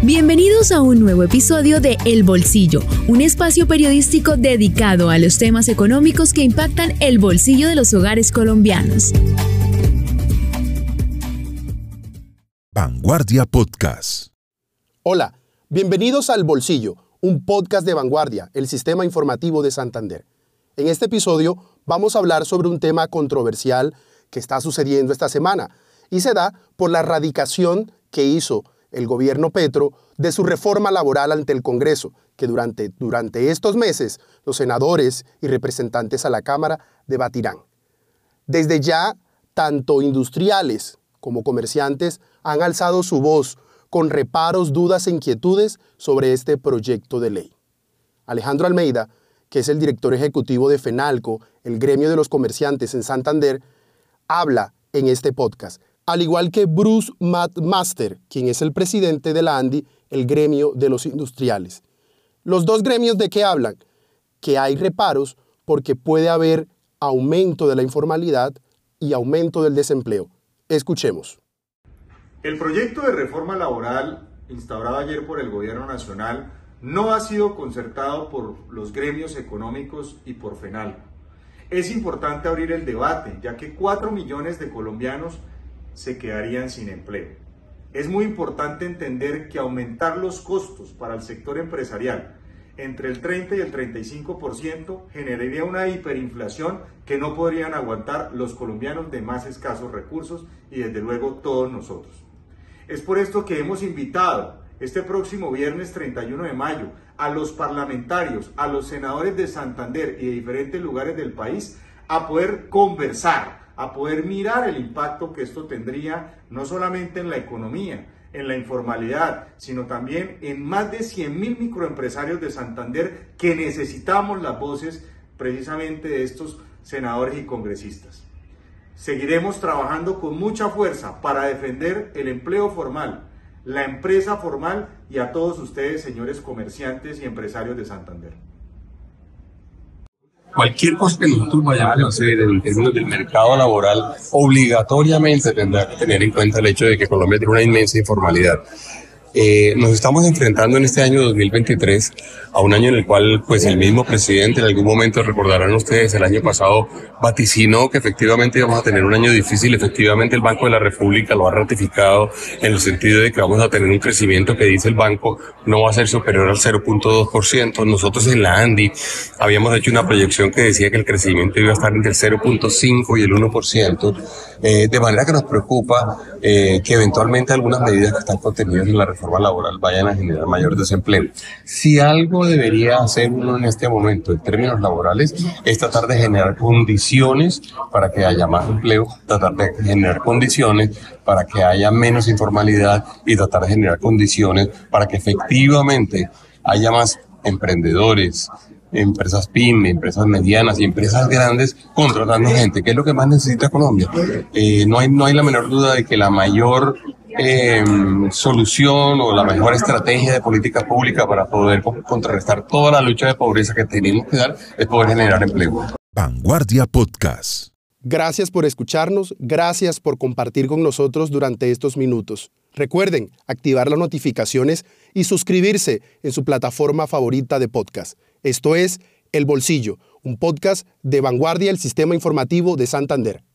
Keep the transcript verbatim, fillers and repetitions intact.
Bienvenidos a un nuevo episodio de El Bolsillo, un espacio periodístico dedicado a los temas económicos que impactan el bolsillo de los hogares colombianos. Vanguardia Podcast. Hola, bienvenidos al Bolsillo, un podcast de Vanguardia, el sistema informativo de Santander. En este episodio vamos a hablar sobre un tema controversial que está sucediendo esta semana y se da por la radicación que hizo el gobierno Petro de su reforma laboral ante el Congreso, que durante, durante estos meses los senadores y representantes a la Cámara debatirán. Desde ya, tanto industriales como comerciantes han alzado su voz con reparos, dudas e inquietudes sobre este proyecto de ley. Alejandro Almeida, que es el director ejecutivo de FENALCO, el gremio de los comerciantes en Santander, habla en este podcast, al igual que Bruce McMaster, quien es el presidente de la ANDI, el gremio de los industriales. Los dos gremios, ¿de qué hablan? Que hay reparos porque puede haber aumento de la informalidad y aumento del desempleo. Escuchemos. El proyecto de reforma laboral instaurado ayer por el Gobierno Nacional no ha sido concertado por los gremios económicos y por FENALCO. Es importante abrir el debate, ya que cuatro millones de colombianos se quedarían sin empleo. Es muy importante entender que aumentar los costos para el sector empresarial entre el treinta y el treinta y cinco por ciento generaría una hiperinflación que no podrían aguantar los colombianos de más escasos recursos y desde luego todos nosotros. Es por esto que hemos invitado este próximo viernes treinta y uno de mayo a los parlamentarios, a los senadores de Santander y de diferentes lugares del país a poder conversar, a poder mirar el impacto que esto tendría no solamente en la economía, en la informalidad, sino también en más de cien mil microempresarios de Santander que necesitamos las voces precisamente de estos senadores y congresistas. Seguiremos trabajando con mucha fuerza para defender el empleo formal, la empresa formal y a todos ustedes, señores comerciantes y empresarios de Santander. Cualquier cosa que nosotros vayamos a hacer en términos del mercado laboral, obligatoriamente tendrá que tener en cuenta el hecho de que Colombia tiene una inmensa informalidad. Eh, nos estamos enfrentando en este año dos mil veintitrés a un año en el cual pues el mismo presidente, en algún momento recordarán ustedes, el año pasado vaticinó que efectivamente íbamos a tener un año difícil. Efectivamente el Banco de la República lo ha ratificado en el sentido de que vamos a tener un crecimiento que dice el banco no va a ser superior al cero punto dos por ciento. Nosotros en la ANDI habíamos hecho una proyección que decía que el crecimiento iba a estar entre el cero punto cinco y el uno por ciento, eh, de manera que nos preocupa eh, que eventualmente algunas medidas que están contenidas en la reforma laboral vayan a generar mayor desempleo. Si algo debería hacer uno en este momento en términos laborales es tratar de generar condiciones para que haya más empleo, tratar de generar condiciones para que haya menos informalidad y tratar de generar condiciones para que efectivamente haya más emprendedores, empresas pyme, empresas medianas y empresas grandes contratando gente, que es lo que más necesita Colombia. Eh, no hay, no hay la menor duda de que la mayor eh, solución o la mejor estrategia de política pública para poder contrarrestar toda la lucha de pobreza que tenemos que dar es poder generar empleo. Vanguardia Podcast. Gracias por escucharnos, gracias por compartir con nosotros durante estos minutos. Recuerden activar las notificaciones y suscribirse en su plataforma favorita de podcast. Esto es El Bolsillo, un podcast de Vanguardia, el sistema informativo de Santander.